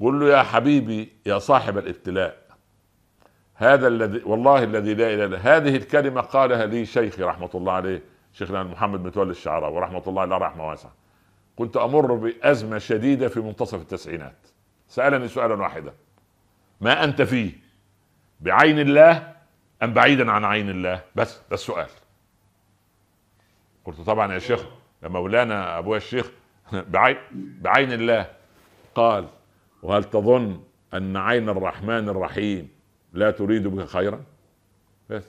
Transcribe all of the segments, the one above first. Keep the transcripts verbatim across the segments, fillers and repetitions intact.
بقول له يا حبيبي يا صاحب الابتلاء، هذا الذي والله الذي لا اله الا هذه الكلمه قالها لي شيخي رحمه الله عليه، شيخنا محمد متولي الشعراوي ورحمه الله له رحمه واسعه. كنت امر بازمه شديده في منتصف التسعينات، سالني سؤالا واحدا: ما انت فيه بعين الله ام بعيدا عن عين الله؟ بس ده السؤال. قلت طبعا يا شيخ يا مولانا ابويا الشيخ بعين, بعين الله. قال: وهل تظن ان عين الرحمن الرحيم لا تريد بك خيرا؟ بس.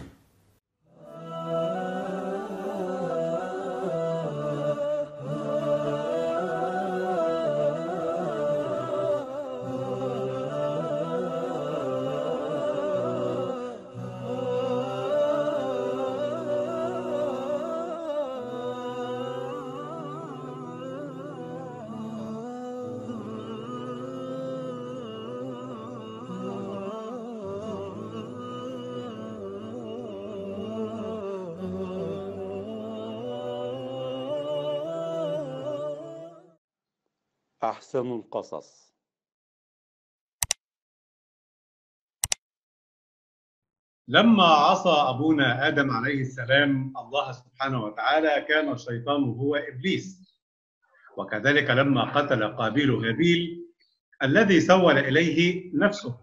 أحسن القصص. لما عصى أبونا آدم عليه السلام الله سبحانه وتعالى كان الشيطان هو إبليس، وكذلك لما قتل قابيل هابيل الذي سول إليه نفسه،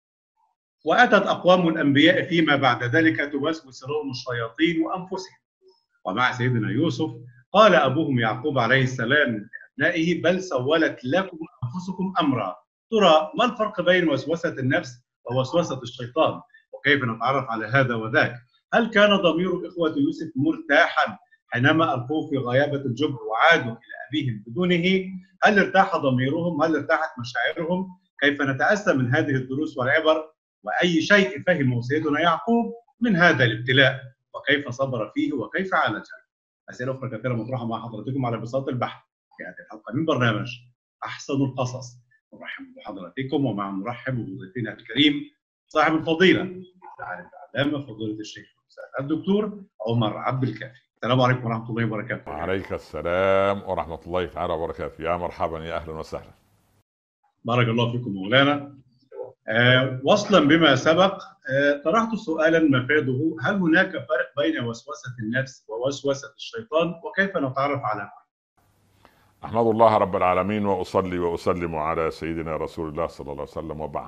وأتت أقوام الأنبياء فيما بعد ذلك توسوس لهم الشياطين وأنفسهم. ومع سيدنا يوسف قال أبوهم يعقوب عليه السلام لأبنائه: بل سولت لكم أنفسكم أمرا. ترى ما الفرق بين وسوسة النفس ووسوسة الشيطان؟ وكيف نتعرف على هذا وذاك؟ هل كان ضمير إخوة يوسف مرتاحا حينما ألقوه في غيابة الجب وعادوا إلى أبيهم بدونه؟ هل ارتاح ضميرهم؟ هل ارتاحت مشاعرهم؟ كيف نتأسى من هذه الدروس والعبر؟ وأي شيء فهمه سيدنا يعقوب من هذا الابتلاء؟ وكيف صبر فيه وكيف عالجه؟ أسئلة أخرى كثيرة مطروحة مع حضرتكم على بساط البحث في هذه الحلقة من برنامج أحسن القصص. نرحب بحضراتكم ومع نرحب بضيفنا الكريم صاحب الفضيلة العلامة فضيلة الشيخ الدكتور عمر عبد الكافي. السلام عليكم ورحمة الله وبركاته. وعليك السلام ورحمة الله تعالى وبركاته. يا مرحبا، يا أهلا وسهلا. بارك الله فيكم مولانا. آه وصلا بما سبق، آه طرحت سؤالا مفاده: هل هناك فرق بين وسوسة النفس ووسوسة الشيطان؟ وكيف نتعرف على كل؟ أحمد الله رب العالمين وأصلي وأسلم على سيدنا رسول الله صلى الله عليه وسلم، وبعد.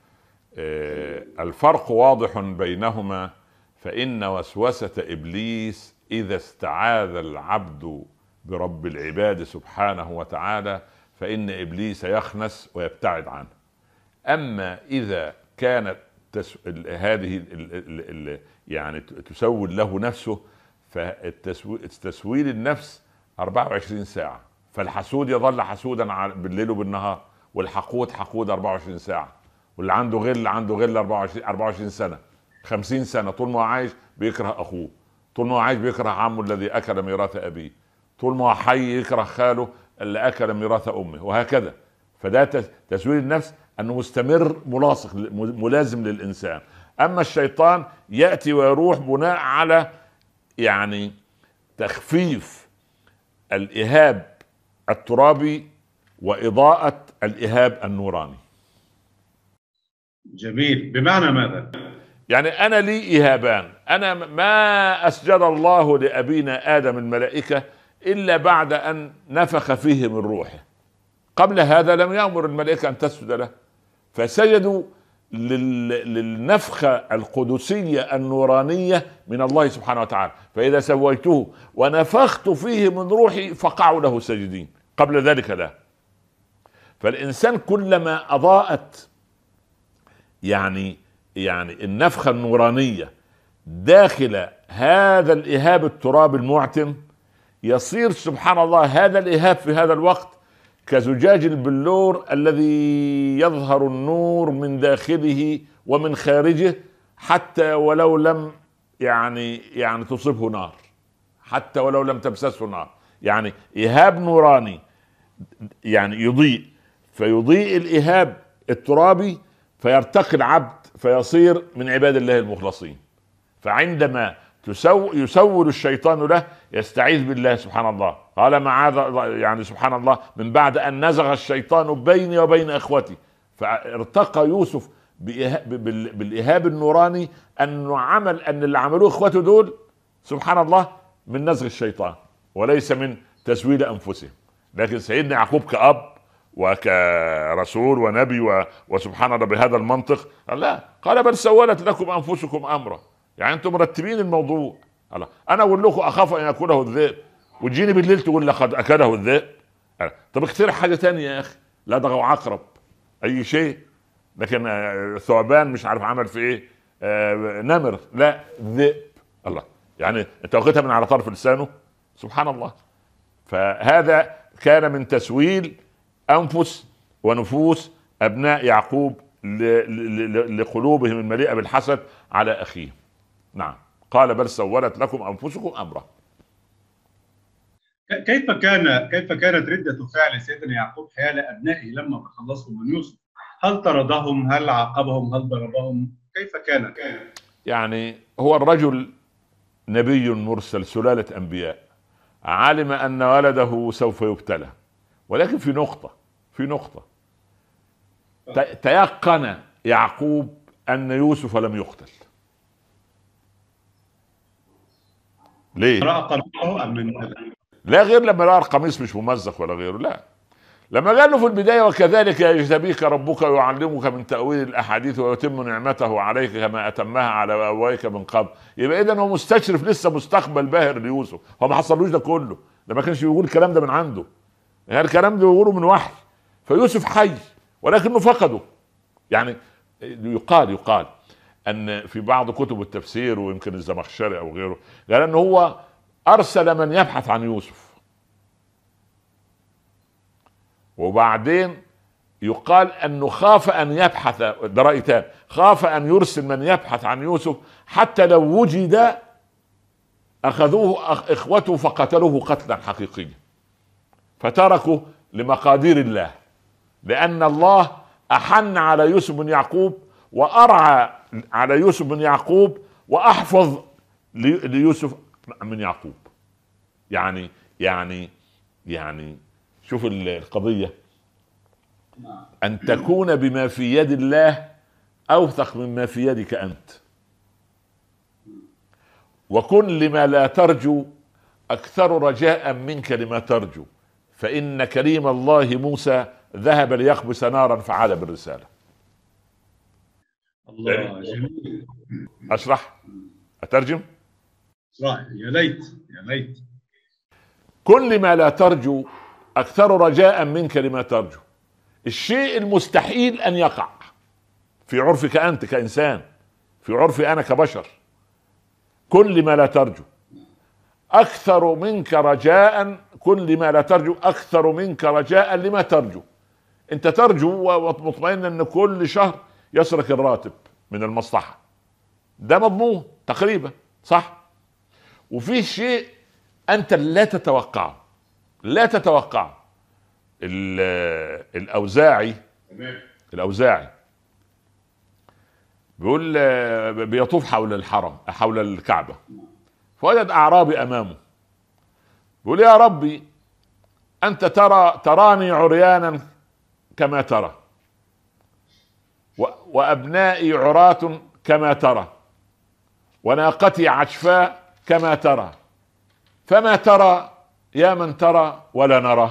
آه الفرق واضح بينهما، فإن وسوسة إبليس إذا استعاذ العبد برب العباد سبحانه وتعالى فإن إبليس يخنس ويبتعد عنه. أما إذا كانت تس... هذه ال... ال... ال... يعني تسول له نفسه، فتسويل النفس أربعة وعشرين ساعة، فالحسود يظل حسودا بالليل وبالنهار، والحقود حقود أربعة وعشرين ساعة، واللي عنده غل عنده غل أربعة وعشرين سنة خمسين سنة. طول ما هو عايش بيكره أخوه، طول ما هو عايش بيكره عمه الذي أكل ميراث أبيه، طول ما هو حي يكره خاله اللي أكل ميراث أمه، وهكذا. فده تسويل النفس أنه مستمر ملاصق ملازم للإنسان. أما الشيطان يأتي ويروح بناء على يعني تخفيف الإهاب الترابي وإضاءة الإهاب النوراني. جميل. بمعنى ماذا؟ يعني أنا لي إهابان. أنا ما أسجد الله لأبينا آدم الملائكة إلا بعد أن نفخ فيه من روحه، قبل هذا لم يأمر الملائكة أن تسجد له، فسجدوا للنفخة القدسية النورانية من الله سبحانه وتعالى. فإذا سويته ونفخت فيه من روحي فقعوا له ساجدين، قبل ذلك لا. فالإنسان كلما أضاءت يعني يعني النفخة النورانية داخل هذا الإهاب التراب المعتم، يصير سبحان الله هذا الإهاب في هذا الوقت كزجاج البلور الذي يظهر النور من داخله ومن خارجه، حتى ولو لم يعني يعني تصبه نار، حتى ولو لم تمسسه نار. يعني إهاب نوراني يعني يضيء، فيضيء الإهاب الترابي فيرتقي العبد فيصير من عباد الله المخلصين. فعندما تسو يسول الشيطان له، يستعيذ بالله سبحان الله، قال معاذ يعني سبحان الله، من بعد ان نزغ الشيطان بيني وبين اخوتي، فارتقى يوسف بالايهاب النوراني انه عمل ان اللي عملوه اخوته دول سبحان الله من نزغ الشيطان وليس من تسويل انفسهم. لكن سيدنا يعقوب كأب وكرسول ونبي وسبحان الله بهذا المنطق لا، قال بل سولت لكم انفسكم امرا، يعني انتم مرتبين الموضوع. الله، انا اقول لكم اخاف ان ياكله الذئب وتجيني بالليل تقول لقد اكله الذئب. طب اخترع حاجه تانية يا اخي، لا ده عقرب اي شيء، لكن ثعبان مش عارف عمل في ايه، آه نمر، لا ذئب. الله، يعني انت واخدها من على طرف لسانه سبحان الله. فهذا كان من تسويل انفس ونفوس ابناء يعقوب لقلوبهم المليئه بالحسد على اخيه. نعم، قال بل سولت لكم انفسكم امرا. كيف كان كيف كانت رده فعل سيدنا يعقوب حيال ابنائه لما تخلصوا من يوسف؟ هل طردهم؟ هل عاقبهم؟ هل ضربهم؟ كيف كان؟ يعني هو الرجل نبي مرسل سلاله انبياء، علم ان ولده سوف يبتلى، ولكن في نقطه في نقطه تيقن يعقوب ان يوسف لم يقتل. ليه؟ لا غير لما رأى القميص مش ممزق ولا غيره، لا، لما قال له في البدايه وكذلك يجتبيك ربك ويعلمك من تأويل الاحاديث ويتم نعمته عليك كما اتمها على ابويك من قبل، يبقى اذا هو مستشرف لسه مستقبل باهر ليوسف، هو ما حصلوش ده كله، ده ما كانش بيقول الكلام ده من عنده، يعني الكلام ده بيقوله من وحي. فيوسف حي ولكنه فقده. يعني يقال يقال ان في بعض كتب التفسير ويمكن الزمخشري او غيره قال ان هو ارسل من يبحث عن يوسف، وبعدين يقال انه خاف ان يبحث، ده رأي تاني، خاف ان يرسل من يبحث عن يوسف حتى لو وجد اخذوه اخوته فقتلوه قتلا حقيقيا، فتركوا لمقادير الله، لان الله احن على يوسف بن يعقوب وارعى على يوسف بن يعقوب واحفظ ليوسف من يعقوب. يعني يعني يعني شوف القضية، ان تكون بما في يد الله اوثق مما في يدك انت، وكن لما لا ترجو اكثر رجاء منك لما ترجو، فان كريم الله موسى ذهب ليخبز نارا فعاد بالرسالة. الله، جميل. اشرح اترجم؟ صح، يا ليت يا ليت. كن لما لا ترجو اكثر رجاء منك لما ترجو. الشيء المستحيل ان يقع في عرفك انت كانسان، في عرفي انا كبشر، كن لما لا ترجو اكثر منك رجاء، كن لما لا ترجو اكثر منك رجاء لما ترجو. انت ترجو ومطمئن ان كل شهر يصلك الراتب من المصلحة، ده مضمون تقريبا صح. وفي شيء انت لا تتوقعه، لا تتوقعه. الاوزاعي الاوزاعي بيقول بيطوف حول الحرم حول الكعبة، فوجد اعرابي امامه بيقول يا ربي انت ترى تراني عريانا كما ترى، وابنائي عراة كما ترى، وناقتي عشفاء كما ترى، فما ترى يا من ترى ولا نرى.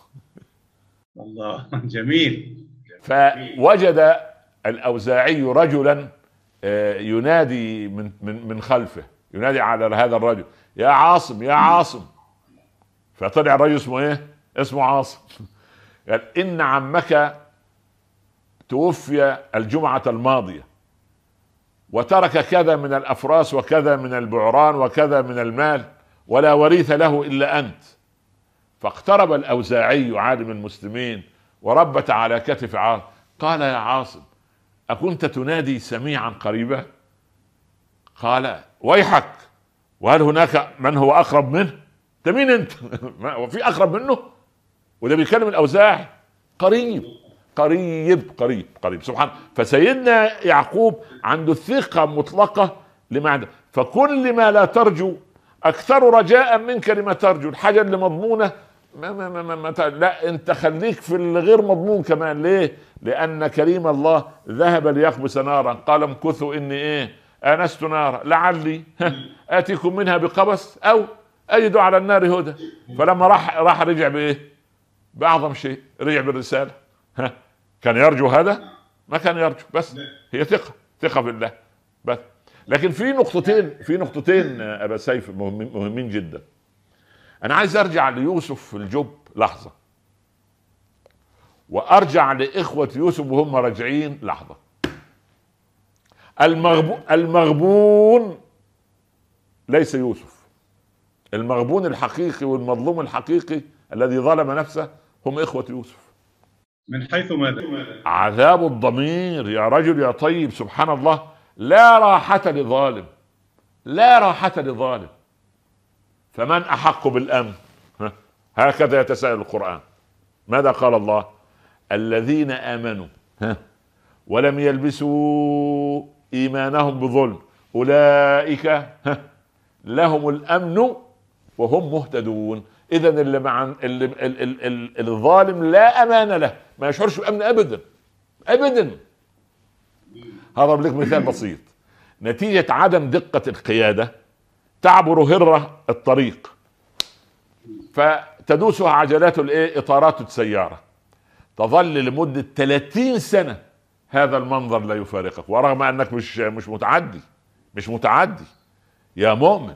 الله، جميل. فوجد الاوزاعي رجلا ينادي من من من خلفه، ينادي على هذا الرجل يا عاصم يا عاصم. فطلع الرجل اسمه ايه؟ اسمه عاصم. قال ان عمك توفي الجمعة الماضية وترك كذا من الافراس وكذا من البعران وكذا من المال ولا وريث له الا انت. فاقترب الاوزاعي عالم المسلمين وربت على كتف عاصم قال يا عاصم اكنت تنادي سميعا قريبا؟ قال ويحك، وهل هناك من هو اقرب منه؟ انت مين انت؟ وفي اقرب منه؟ وده بيتكلم الاوزاعي، قريب قريب قريب قريب سبحان. فسيدنا يعقوب عنده ثقة مطلقة لما عنده، فكل ما لا ترجو اكثر رجاء منك لما ترجو. الحاجه اللي مضمونه ما ما ما ما ما لا، انت خليك في الغير مضمون كمان. ليه؟ لان كريم الله ذهب ليخبز نارا قال امكثوا اني ايه انست نارا لعلي اتيكم منها بقبس او اجد على النار هدى. فلما راح راح رجع بايه؟ باعظم شيء، رجع بالرساله. ها كان يرجو هذا؟ ما كان يرجو. بس هي ثقه ثقه بالله بس. لكن في نقطتين في نقطتين ابا سيف مهمين, مهمين جدا. انا عايز ارجع ليوسف في الجب لحظه، وارجع لاخوه يوسف وهم راجعين لحظه. المغبون المغبون ليس يوسف. المغبون الحقيقي والمظلوم الحقيقي الذي ظلم نفسه هم اخوه يوسف. من حيث ماذا؟ عذاب الضمير يا رجل يا طيب. سبحان الله، لا راحة لظالم، لا راحة لظالم. فمن أحق بالأمن؟ هكذا يتساءل القرآن. ماذا قال الله؟ الذين آمنوا ولم يلبسوا إيمانهم بظلم أولئك لهم الأمن وهم مهتدون. إذن اللي مع اللي ال ال ال الظالم لا أمان له، ما يشعرش بأمن أبدا أبدا. هضرب لك مثال بسيط. نتيجة عدم دقة القيادة تعبر هرة الطريق فتدوسها عجلات الايه اطارات السيارة، تظل لمدة ثلاثين سنة هذا المنظر لا يفارقك، ورغم انك مش مش متعدي مش متعدي يا مؤمن.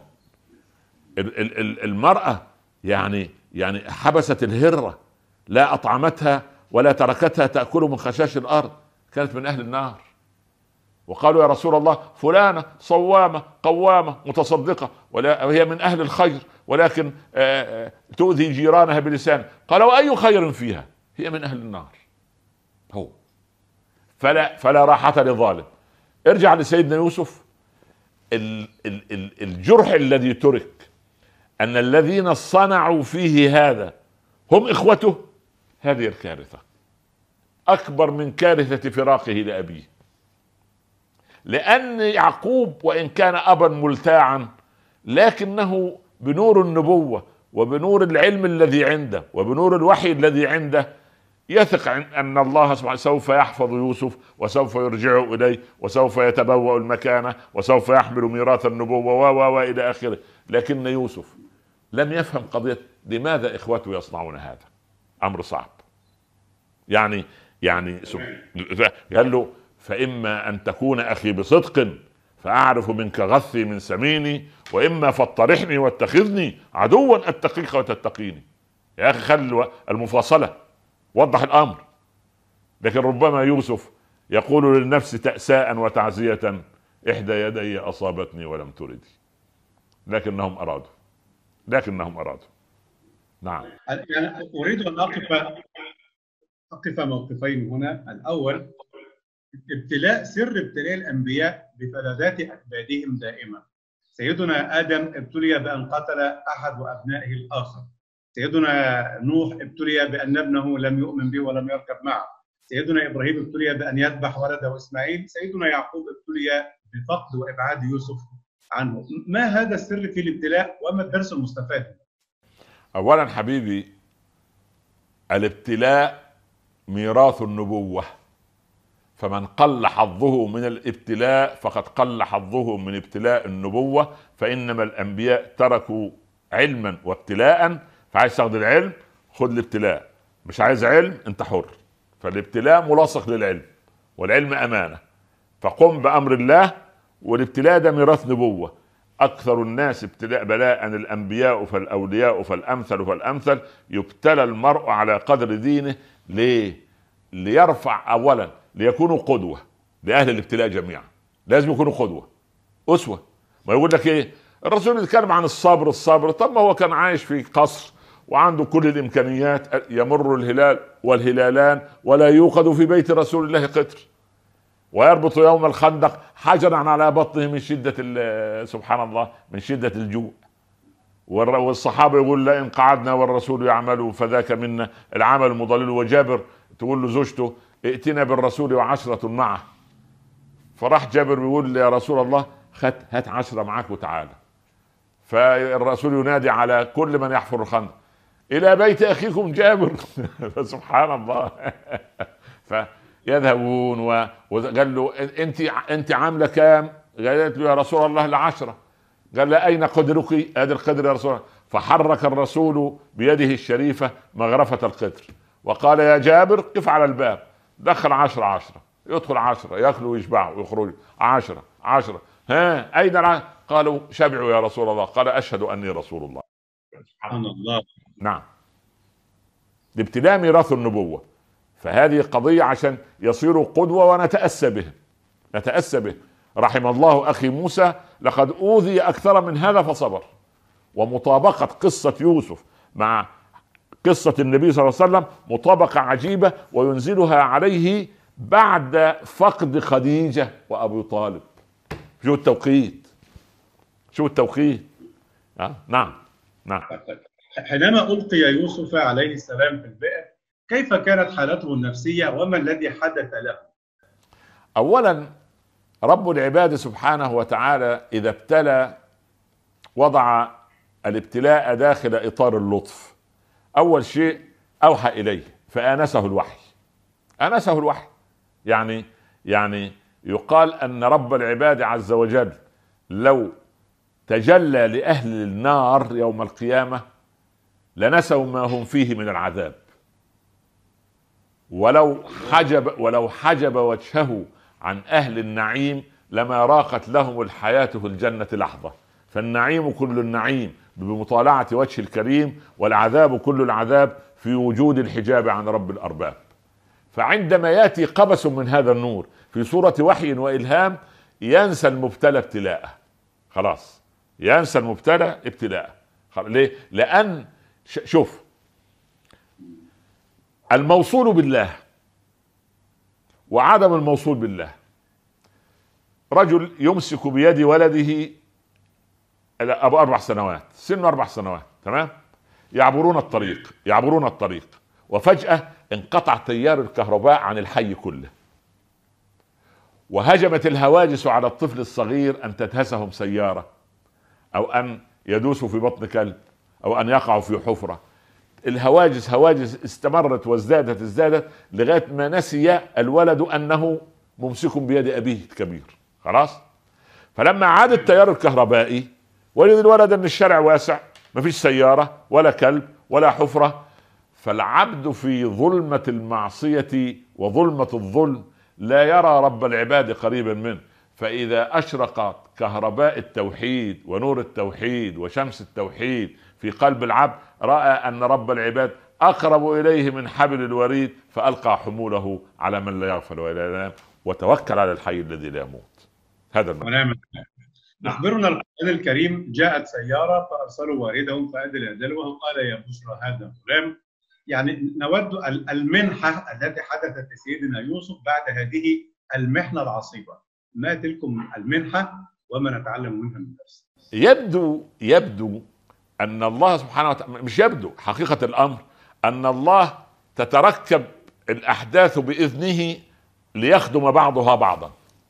المرأة يعني يعني حبست الهرة، لا أطعمتها ولا تركتها تأكل من خشاش الأرض، كانت من أهل النار. وقالوا يا رسول الله فلانة صوامة قوامة متصدقة وهي من أهل الخير ولكن تؤذي جيرانها بلسان. قالوا أي خير فيها؟ هي من أهل النار. هو فلا فلا راحة لظالم. ارجع لسيدنا يوسف. الجرح الذي ترك أن الذين صنعوا فيه هذا هم إخوته، هذه الكارثة أكبر من كارثة فراقه لأبيه. لأن يعقوب وإن كان أبا ملتاعا لكنه بنور النبوة وبنور العلم الذي عنده وبنور الوحي الذي عنده يثق أن الله سبحانه سوف يحفظ يوسف وسوف يرجعه إليه وسوف يتبوأ المكانة وسوف يحمل ميراث النبوة و و إلى آخره. لكن يوسف لم يفهم قضية لماذا إخوته يصنعون هذا. أمر صعب. يعني يعني قال له فإما أن تكون أخي بصدق فأعرف منك غثي من سميني وإما فاطرحني واتخذني عدوا أتقيك وتتقيني. يا أخي خل المفاصلة، وضح الأمر. لكن ربما يوسف يقول للنفس تأساء وتعزية إحدى يدي أصابتني ولم تردي. لكنهم أرادوا لكنهم أرادوا نعم. يعني أريد أن أقف أقف موقفين هنا. الأول ابتلاء سر ابتلاء الأنبياء بفلذات أكبادهم دائما. سيدنا آدم ابتلي بأن قتل أحد أبنائه الآخر. سيدنا نوح ابتلي بأن ابنه لم يؤمن به ولم يركب معه. سيدنا إبراهيم ابتلي بأن يذبح ولده إسماعيل. سيدنا يعقوب ابتلي بفقد وإبعاد يوسف عنه. ما هذا السر في الابتلاء وما الدرس المستفاد؟ أولا حبيبي، الابتلاء ميراث النبوة، فمن قل حظه من الابتلاء فقد قل حظه من ابتلاء النبوة. فإنما الأنبياء تركوا علما وابتلاء، فعايز تاخد العلم خد الابتلاء، مش عايز علم انت حر. فالابتلاء ملاصق للعلم والعلم أمانة، فقم بأمر الله. والابتلاء ده ميراث نبوة. أكثر الناس ابتلاء بلاء الأنبياء فالأولياء فالأمثل فالأمثل. يبتلى المرء على قدر دينه. ليه؟ ليرفع أولا ليكونوا قدوة لأهل الابتلاء جميعا. لازم يكونوا قدوة أسوة. ما يقول لك إيه الرسول يتكلم عن الصبر الصبر طب ما هو كان عايش في قصر وعنده كل الإمكانيات، يمر الهلال والهلالان ولا يوقد في بيت رسول الله قطر، ويربط يوم الخندق حجرا على بطنه من شدة سبحان الله من شدة الجوع. والصحابة يقول لا إن قعدنا والرسول يعمل فذاك منا العمل المضلل. وجابر تقول له زوجته ائتنا بالرسول وعشرة معه. فراح جابر بيقول يا رسول الله خد هات عشرة معاك وتعالى. فالرسول ينادي على كل من يحفر الخندق: الى بيت اخيكم جابر. فسبحان الله. فيذهبون و... وقال له: انت انت عامله كام؟ قالت له: يا رسول الله العشرة. قال له: اين قدرك؟ هذا القدر يا رسول الله. فحرك الرسول بيده الشريفه مغرفه القدر وقال: يا جابر قف على الباب. دخل عشرة عشرة، يدخل عشرة، ياكلوا ويشبعوا ويخرجوا عشرة عشرة. ها اين الع... قالوا: شبعوا يا رسول الله. قال: اشهد اني رسول الله. سبحان الله. نعم، الابتلاء ميراث النبوة. فهذه قضية عشان يصيروا قدوة ونتأسى به، نتأسى به. رحم الله أخي موسى، لقد أوذي أكثر من هذا فصبر. ومطابقة قصة يوسف مع قصة النبي صلى الله عليه وسلم مطابقة عجيبة، وينزلها عليه بعد فقد خديجة وأبو طالب. شو التوقيت، شو التوقيت. أه؟ نعم نعم. حينما ألقي يوسف عليه السلام في البئر، كيف كانت حالته النفسية وما الذي حدث له؟ أولا، رب العباد سبحانه وتعالى إذا ابتلى وضع الابتلاء داخل إطار اللطف. أول شيء أوحى إليه فآنسه الوحي، آنسه الوحي. يعني يعني يقال أن رب العباد عز وجل لو تجلى لأهل النار يوم القيامة لنسوا ما هم فيه من العذاب، ولو حجب ولو حجب وجهه عن أهل النعيم لما راقت لهم الحياة في الجنة لحظة. فالنعيم كل النعيم بمطالعة وجه الكريم، والعذاب كل العذاب في وجود الحجاب عن رب الأرباب. فعندما يأتي قبس من هذا النور في صورة وحي وإلهام ينسى المبتلى ابتلاءه، خلاص ينسى المبتلى ابتلاءه. ليه؟ لأن شوف، الموصول بالله وعدم الموصول بالله. رجل يمسك بيد ولده ابو اربع سنوات، سنه اربع سنوات، تمام، يعبرون الطريق يعبرون الطريق وفجأة انقطع تيار الكهرباء عن الحي كله، وهجمت الهواجس على الطفل الصغير ان تدهسهم سيارة، او ان يدوسوا في بطن كلب، او ان يقعوا في حفرة. الهواجس هواجس استمرت وازدادت ازدادت لغاية ما نسي الولد انه ممسك بيد ابيه الكبير، خلاص. فلما عاد التيار الكهربائي ولد الولد ان الشارع واسع، ما فيش سيارة ولا كلب ولا حفرة. فالعبد في ظلمة المعصية وظلمة الظلم لا يرى رب العباد قريبا منه. فإذا أشرقت كهرباء التوحيد ونور التوحيد وشمس التوحيد في قلب العبد رأى أن رب العباد أقرب إليه من حبل الوريد، فألقى حموله على من لا يغفل ولا ينام وتوكل على الحي الذي لا يموت. هذا المعنى. يخبرنا القرآن الكريم: جاءت سيارة فأرسلوا واردهم فأدلى دلوه وقال: يا بشرى هذا غلام. يعني نود المنحة التي حدثت لسيدنا يوسف بعد هذه المحنة العصيبة، ما تلكم المنحة وما نتعلم منها من الدرس؟ يبدو يبدو أن الله سبحانه وتعالى، مش يبدو، حقيقة الأمر أن الله تتركب الأحداث بإذنه ليخدم بعضها بعضا.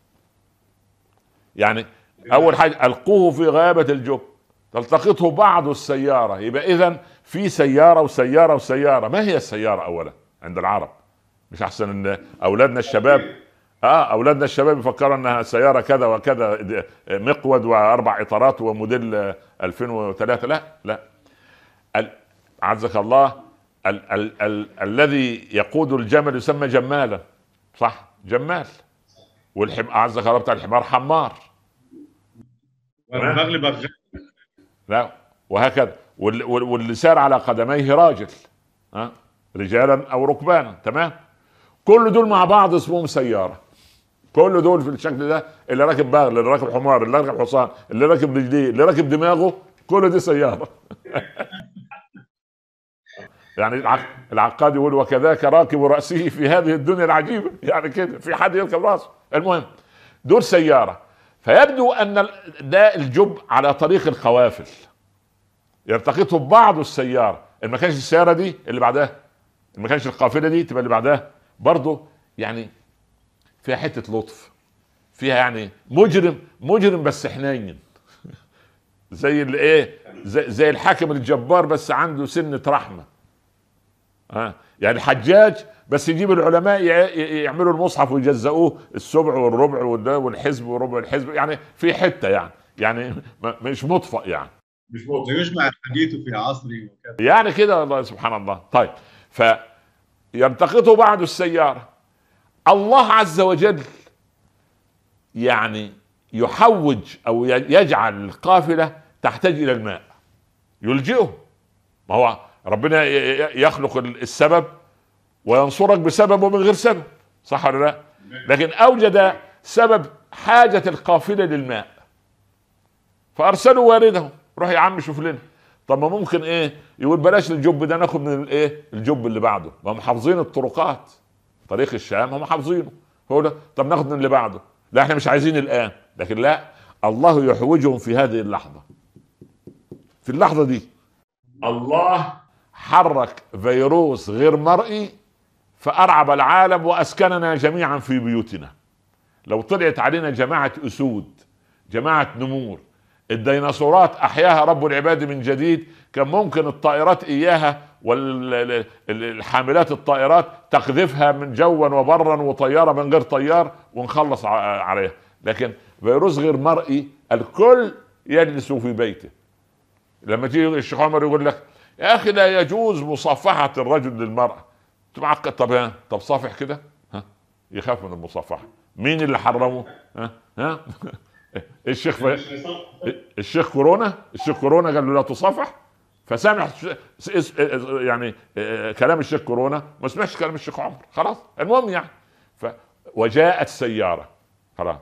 يعني أول حاجة ألقوه في غابة الجب تلتقطه بعض السيارة، يبقى إذن في سيارة وسيارة وسيارة. ما هي السيارة أولا عند العرب؟ مش أحسن أن أولادنا الشباب اه اولادنا الشباب يفكروا انها سياره كذا وكذا، مقود واربع اطارات وموديل ألفين وثلاثة؟ لا لا، عزك الله، ال ال ال الذي يقود الجمل يسمى جمالا، صح؟ جمال. والحم عزك الله بتاع الحمار حمار، والبغل بغل، لا، وهكذا. واللي سار على قدميه راجل، ها آه؟ رجالا او ركبانا، تمام. كل دول مع بعض اسمهم سياره. كل دول في الشكل ده، اللي راكب بغل، اللي راكب حمار، اللي راكب حصان، اللي راكب رجليه، اللي راكب دماغه، كل دي سياره. يعني العقاد يقول: وكذاك راكب رأسه في هذه الدنيا العجيبة. يعني كده في حد يركب رأسه. المهم دول سيارة. فيبدو أن ده الجب على طريق القوافل، يلتقطه بعض السيارة. إن ما كانش السيارة دي اللي بعدها، إن ما كانش القافلة دي تبقى اللي بعدها. برضه يعني فيها حتة لطف، فيها يعني مجرم مجرم بس حنين زي الايه زي, زي الحاكم الجبار بس عنده سنة رحمة. ها يعني الحجاج بس يجيب العلماء يعملوا المصحف ويجزئوه السبع والربع والحزب وربع الحزب، يعني في حتة يعني يعني مش مطفأ يعني مش مطفأ يجمع الحديث في عصري وكذا يعني كده. والله سبحان الله. طيب فيلتقطه بعد السيارة. الله عز وجل يعني يحوج او يجعل القافلة تحتاج الى الماء يلجئه. ما هو ربنا يخلق السبب وينصرك بسبب ومن غير سبب، صح ولا لا؟ لكن اوجد سبب حاجة القافلة للماء فارسلوا واردهم، روح يا عم شوف لنا. طب ما ممكن ايه يقول بلاش الجب ده ناخد من الايه الجب اللي بعده، ما هم حافظين الطرقات طريق الشام هم حافظينه. هو ده طب ناخد من اللي بعده، لا احنا مش عايزين الان. لكن لا، الله يحوجهم في هذه اللحظة. في اللحظة دي الله حرك فيروس غير مرئي فأرعب العالم وأسكننا جميعا في بيوتنا. لو طلعت علينا جماعة أسود، جماعة نمور، الديناصورات أحياها رب العباد من جديد، كان ممكن الطائرات إياها والحاملات الطائرات تقذفها من جوا وبرا وطيارة من غير طيار ونخلص عليها. لكن فيروس غير مرئي الكل يجلس في بيته. لما تيجي الشيخ عمر يقول لك يا اخي لا يجوز مصافحة الرجل للمرأة، تبعك طب طب صافح كده، ها يخاف من المصافحة. مين اللي حرمه؟ ها ها الشيخ ف... الشيخ كورونا الشيخ كورونا قال له لا تصافح، فسامح يعني كلام الشيخ كورونا ما سمعش كلام الشيخ عمر. خلاص المهم يعني ف... وجاءت سيارة خلاص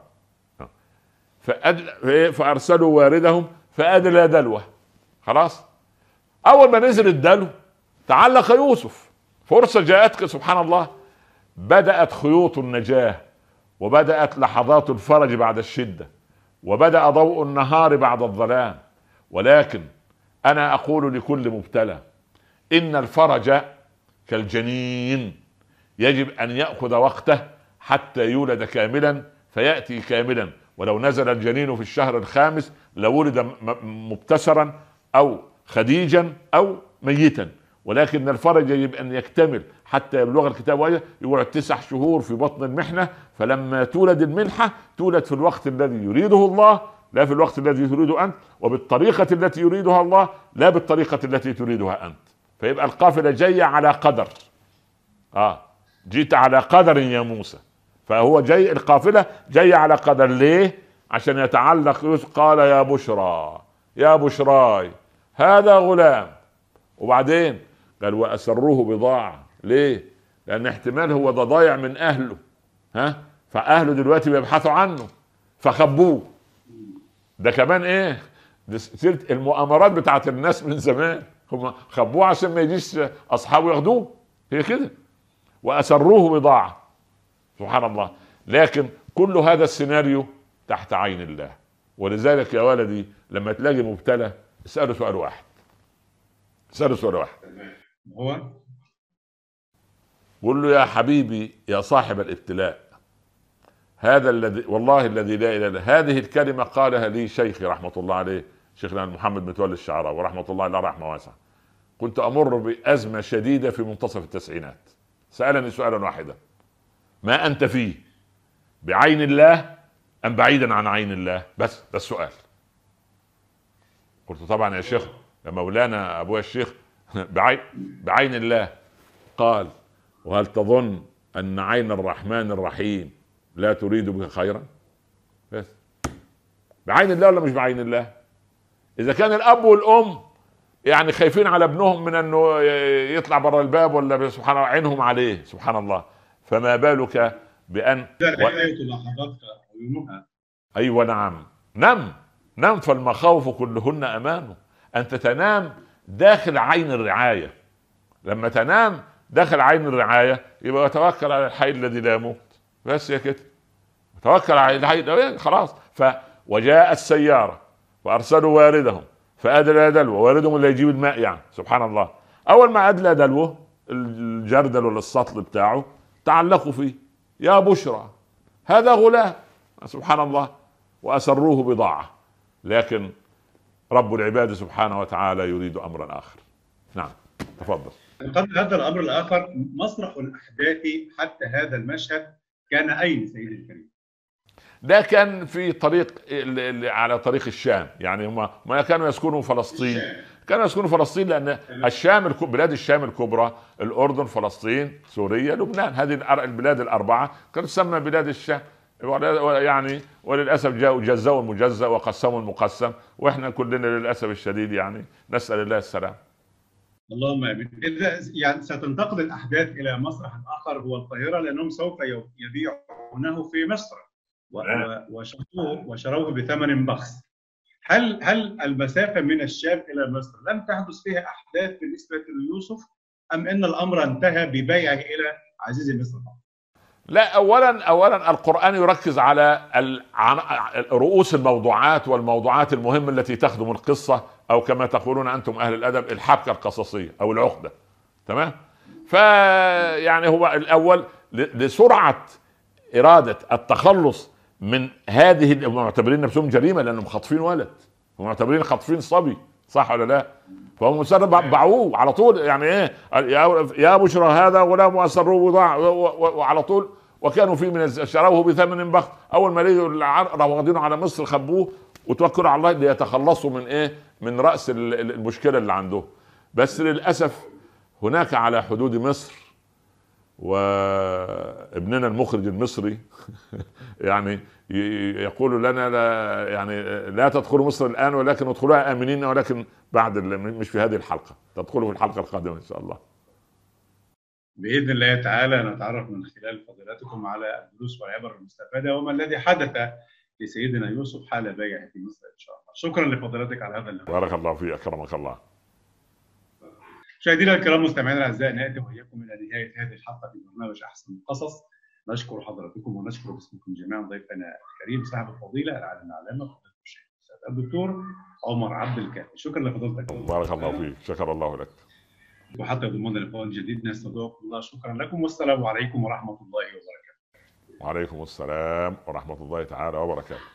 فأدل... فأرسلوا واردهم فأدلى دلوه. خلاص اول ما نزل الدلو تعلق يوسف، فرصة جاءتك سبحان الله. بدأت خيوط النجاة وبدأت لحظات الفرج بعد الشدة وبدأ ضوء النهار بعد الظلام. ولكن انا اقول لكل مبتلى ان الفرج كالجنين يجب ان يأخذ وقته حتى يولد كاملا فيأتي كاملا. ولو نزل الجنين في الشهر الخامس لولد مبتسرا او خديجا او ميتا، ولكن الفرج يجب ان يكتمل حتى يبلغ الكتاب وجهه، يقعد تسع شهور في بطن المحنة. فلما تولد المنحة تولد في الوقت الذي يريده الله لا في الوقت الذي تريده انت، وبالطريقة التي يريدها الله لا بالطريقة التي تريدها انت. فيبقى القافلة جاية على قدر. اه جيت على قدر يا موسى، فهو جاي القافلة جاية على قدر. ليه؟ عشان يتعلق يوسف. قال يا بشرى يا بشراي هذا غلام. وبعدين قال وأسروه بضاعة. ليه؟ لأن احتمال هو ده ضايع من أهله، ها فأهله دلوقتي بيبحثوا عنه فخبوه. ده كمان ايه ده سيرة المؤامرات بتاعت الناس من زمان، هم خبوه عشان ما يجيش أصحابه ياخدوه. هي كده وأسروه بضاعة. سبحان الله. لكن كل هذا السيناريو تحت عين الله. ولذلك يا ولدي لما تلاقي مبتلى اسأله سؤال واحد، اسأله سؤال واحد هو قول له يا حبيبي يا صاحب الابتلاء، هذا الذي والله الذي لا اله الا هذه الكلمة قالها لي شيخي رحمة الله عليه شيخنا محمد متولي الشعراوي ورحمة الله عليه رحمة واسعة. كنت أمر بأزمة شديدة في منتصف التسعينات، سألني سؤالا واحدا: ما أنت فيه بعين الله أم بعيدا عن عين الله؟ بس ده السؤال. قلت طبعا يا شيخ يا مولانا أبويا الشيخ بعين, بعين الله. قال وهل تظن أن عين الرحمن الرحيم لا تريد بك خيرا؟ بس بعين الله ولا مش بعين الله؟ إذا كان الأب والأم يعني خايفين على ابنهم من أنه يطلع برا الباب ولا سبحان الله عينهم عليه سبحان الله، فما بالك بأن و... أيوة نعم نم نم فالمخاوف كلهن أمانه. أنت تنام داخل عين الرعاية. لما تنام داخل عين الرعاية يبقى توكل على الحي الذي لا يموت. بس يا كده توكل على الحي خلاص. فوجاء السيارة وأرسلوا واردهم فأدلى دلوه. واردهم اللي يجيب الماء يعني سبحان الله. أول ما أدلى دلوه الجردل ولا السطل بتاعه تعلقوا فيه. يا بشرى هذا غلام. سبحان الله، وأسروه بضاعة، لكن رب العباد سبحانه وتعالى يريد أمرا آخر. نعم تفضل. قبل هذا الأمر الآخر، مسرح الأحداث حتى هذا المشهد كان أين سيدي الكريم؟ ده كان في طريق على طريق الشام، يعني هم ما كانوا يسكنوا فلسطين، كانوا يسكنوا فلسطين لأن الشام، بلاد الشام الكبرى، الأردن، فلسطين، سوريا، لبنان، هذه البلاد الأربعة كانت تسمى بلاد الشام. يعني وللأسف جاءوا جزوا المجزأ وقسموا المقسم، وإحنا كلنا للأسف الشديد يعني نسأل الله السلام. اللهم امين. اذا يعني ستنتقل الاحداث الى مسرح اخر هو القاهره، لانهم سوف يبيعونه في مصر وشروه وشروه بثمن بخس. هل هل المسافه من الشام الى مصر لم تحدث فيها احداث بالنسبه ليوسف، ام ان الامر انتهى ببيعه الى عزيز مصر؟ لا، اولا اولا القران يركز على رؤوس الموضوعات والموضوعات المهمه التي تخدم القصه، او كما تقولون انتم اهل الادب الحبكه القصصيه او العقده. تمام. فيعني هو الاول لسرعه اراده التخلص من هذه، معتبرين نفسهم جريمه لانهم خاطفين ولد، ومعتبرين خاطفين صبي، صح ولا لا؟ فهم مسرب باعوه على طول، يعني ايه يا بشرى هذا غلام واسروه بضاعه، وعلى طول وكانوا فيه من شروه بثمن بخس. اول ما لقوا واخدينه على مصر خبوه وتوكلوا على الله ليتخلصوا من ايه؟ من راس المشكله اللي عنده. بس للاسف هناك على حدود مصر، وابننا المخرج المصري يعني يقول لنا لا، يعني لا تدخلوا مصر الآن ولكن ادخلوها آمنين، ولكن بعد مش في هذه الحلقة، تدخلوا في الحلقة القادمة إن شاء الله بإذن الله تعالى. نتعرف من خلال فضيلتكم على الدروس والعبر المستفادة وما الذي حدث لسيدنا يوسف حال بيعه في مصر إن شاء الله. شكرا لفضيلتك على هذا اللقاء. بارك الله فيك، أكرمك الله. مشاهدينا الكرام، مستمعينا الاعزاء، ناتي واياكم الى نهايه هذه الحلقه في برنامج احسن القصص. نشكر حضراتكم ونشكر باسمكم جميعا ضيفنا الكريم صاحب الفضيله العالم العلامه فضيله الشيخ الدكتور عمر عبد الكافي. شكرا لفضيلتك. بارك الله فيك، شكر الله لك. وحتى يضمن لقاء جديد نستودعكم الله. شكرا لكم والسلام عليكم ورحمه الله وبركاته. وعليكم السلام ورحمه الله تعالى وبركاته.